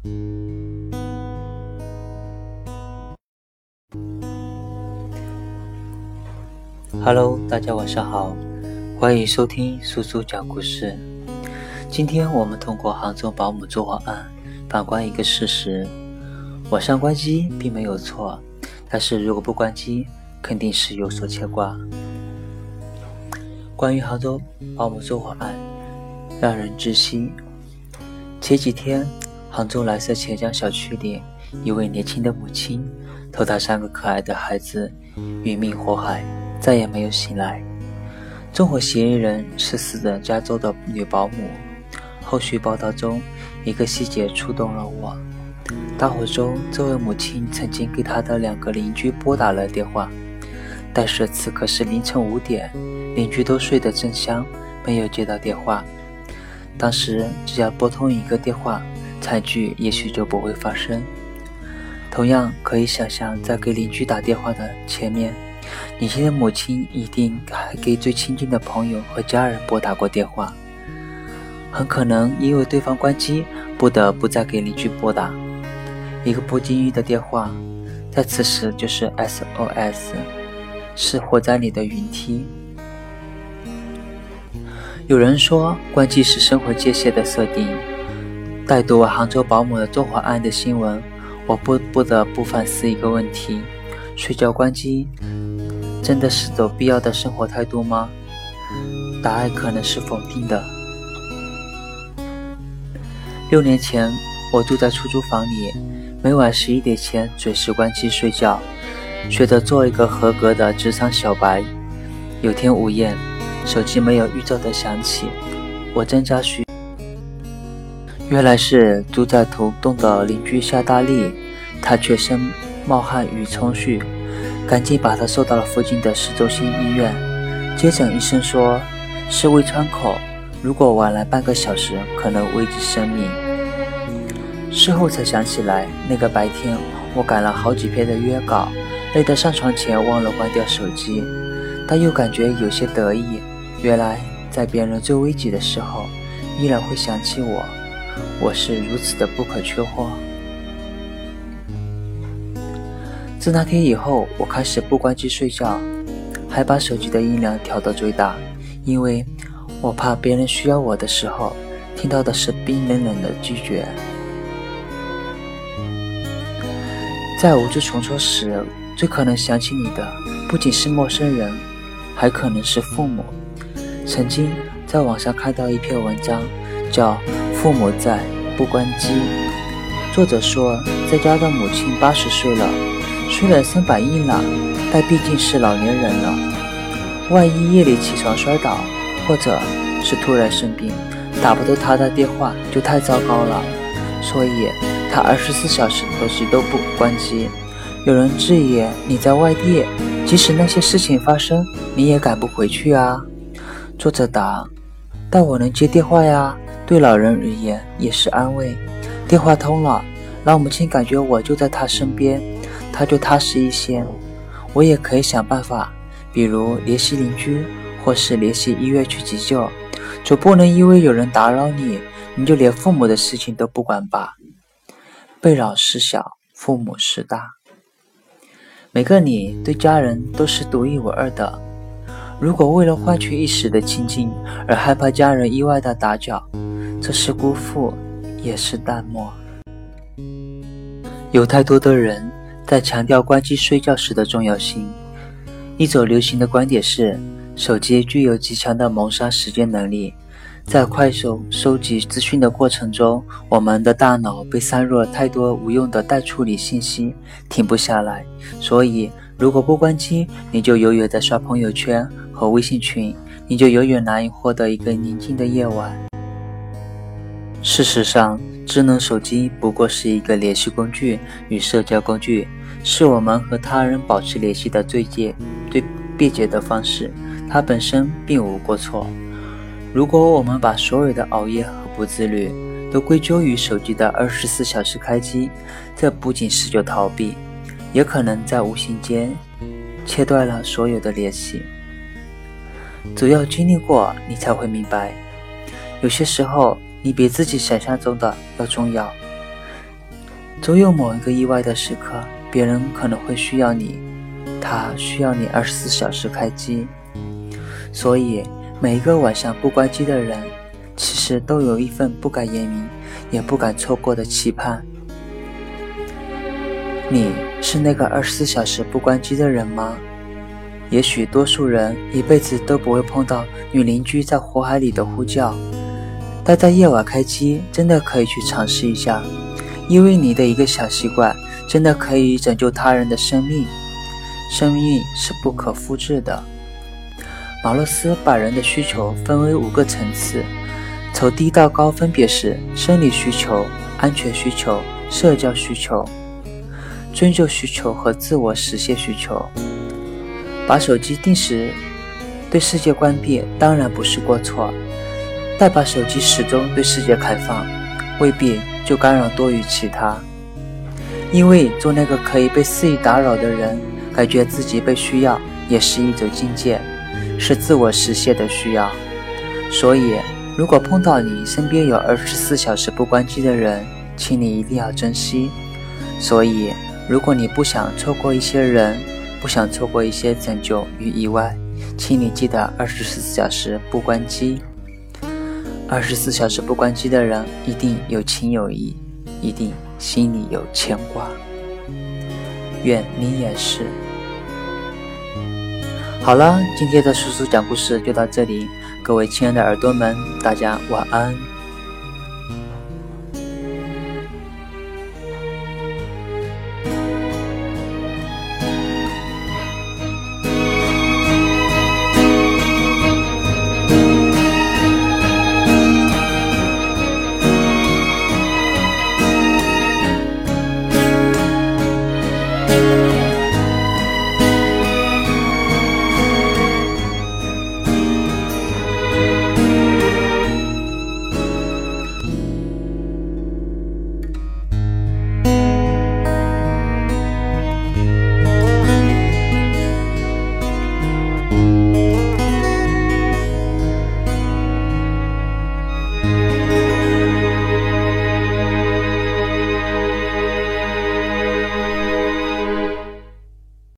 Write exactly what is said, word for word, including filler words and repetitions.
Hello， 大家晚上好，欢迎收听苏苏讲故事。今天我们通过杭州保姆作案案反观一个事实：网上关机并没有错，但是如果不关机，肯定是有所牵挂。关于杭州保姆纵火案，让人窒息。前几天，杭州蓝色钱江小区里，一位年轻的母亲偷她三个可爱的孩子，殒命火海，再也没有醒来。纵火嫌疑人是死的加州的女保姆。后续报道中，一个细节触动了我。大火中，这位母亲曾经给她的两个邻居拨打了电话，但是此刻是凌晨五点，邻居都睡得正香，没有接到电话。当时只要拨通一个电话，惨剧也许就不会发生。同样可以想象，在给邻居打电话的前面，年轻的母亲一定还给最亲近的朋友和家人拨打过电话，很可能因为对方关机，不得不再给邻居拨打。一个不经意的电话，在此时就是 S O S， 是火灾里的云梯。有人说，关机是生活界限的设定。待读完杭州保姆的纵火案的新闻，我不不得不反思一个问题：睡觉关机真的是走必要的生活态度吗？答案可能是否定的。六年前，我住在出租房里，每晚十一点前准时关机睡觉，学着做一个合格的职场小白。有天午夜，手机没有预兆的响起，我挣扎许，原来是住在同栋的邻居夏大力，他全身冒汗与充血，赶紧把他送到了附近的市中心医院。接诊医生说是胃穿口，如果晚来半个小时，可能危及生命。事后才想起来，那个白天我赶了好几篇的约稿，累得上床前忘了关掉手机，但又感觉有些得意。原来在别人最危急的时候，依然会想起我，我是如此的不可缺货。自那天以后，我开始不关机睡觉，还把手机的音量调到最大，因为我怕别人需要我的时候，听到的是冰冷冷的拒绝。在无助重重时，最可能想起你的不仅是陌生人，还可能是父母。曾经在网上看到一篇文章，叫《父母在，不关机》。作者说，在家的母亲八十岁了，虽然身板硬朗，但毕竟是老年人了。万一夜里起床摔倒，或者是突然生病，打不到他的电话就太糟糕了。所以他二十四小时手机都不关机。有人质疑，你在外地，即使那些事情发生，你也赶不回去啊。作者答，但我能接电话呀，对老人而言也是安慰。电话通了，老母亲感觉我就在她身边，她就踏实一些。我也可以想办法，比如联系邻居，或是联系医院去急救。总不能因为有人打扰你，你就连父母的事情都不管吧。被扰事小，父母事大。每个你对家人都是独一无二的，如果为了换取一时的亲近而害怕家人意外的打搅，这是辜负，也是淡漠。有太多的人在强调关机睡觉时的重要性。一种流行的观点是，手机具有极强的谋杀时间能力，在快速收集资讯的过程中，我们的大脑被塞入了太多无用的待处理信息，停不下来。所以如果不关机，你就永远在刷朋友圈和微信群，你就永远难以获得一个宁静的夜晚。事实上，智能手机不过是一个联系工具与社交工具，是我们和他人保持联系的最捷最便捷的方式，它本身并无过错。如果我们把所有的熬夜和不自律都归咎于手机的二十四小时开机，这不仅是就逃避，也可能在无形间切断了所有的联系。只有经历过，你才会明白，有些时候你比自己想象中的要重要。 总有某一个意外的时刻，别人可能会需要你，他需要你二十四小时开机。所以每一个晚上不关机的人，其实都有一份不敢言明也不敢错过的期盼。你是那个二十四小时不关机的人吗？也许多数人一辈子都不会碰到女邻居在火海里的呼叫，但在夜晚开机真的可以去尝试一下，因为你的一个小习惯真的可以拯救他人的生命。生命是不可复制的。马洛斯把人的需求分为五个层次，从低到高分别是生理需求、安全需求、社交需求、尊重需求和自我实现需求。把手机定时对世界关闭当然不是过错，但把手机始终对世界开放，未必就干扰多于其他。因为做那个可以被肆意打扰的人，感觉自己被需要也是一种境界，是自我实现的需要。所以如果碰到你身边有二十四小时不关机的人，请你一定要珍惜。所以如果你不想错过一些人，不想错过一些拯救与意外，请你记得二十四小时不关机。二十四小时不关机的人一定有情有义，一定心里有牵挂。愿你也是。好了，今天的叔叔讲故事就到这里，各位亲爱的耳朵们，大家晚安。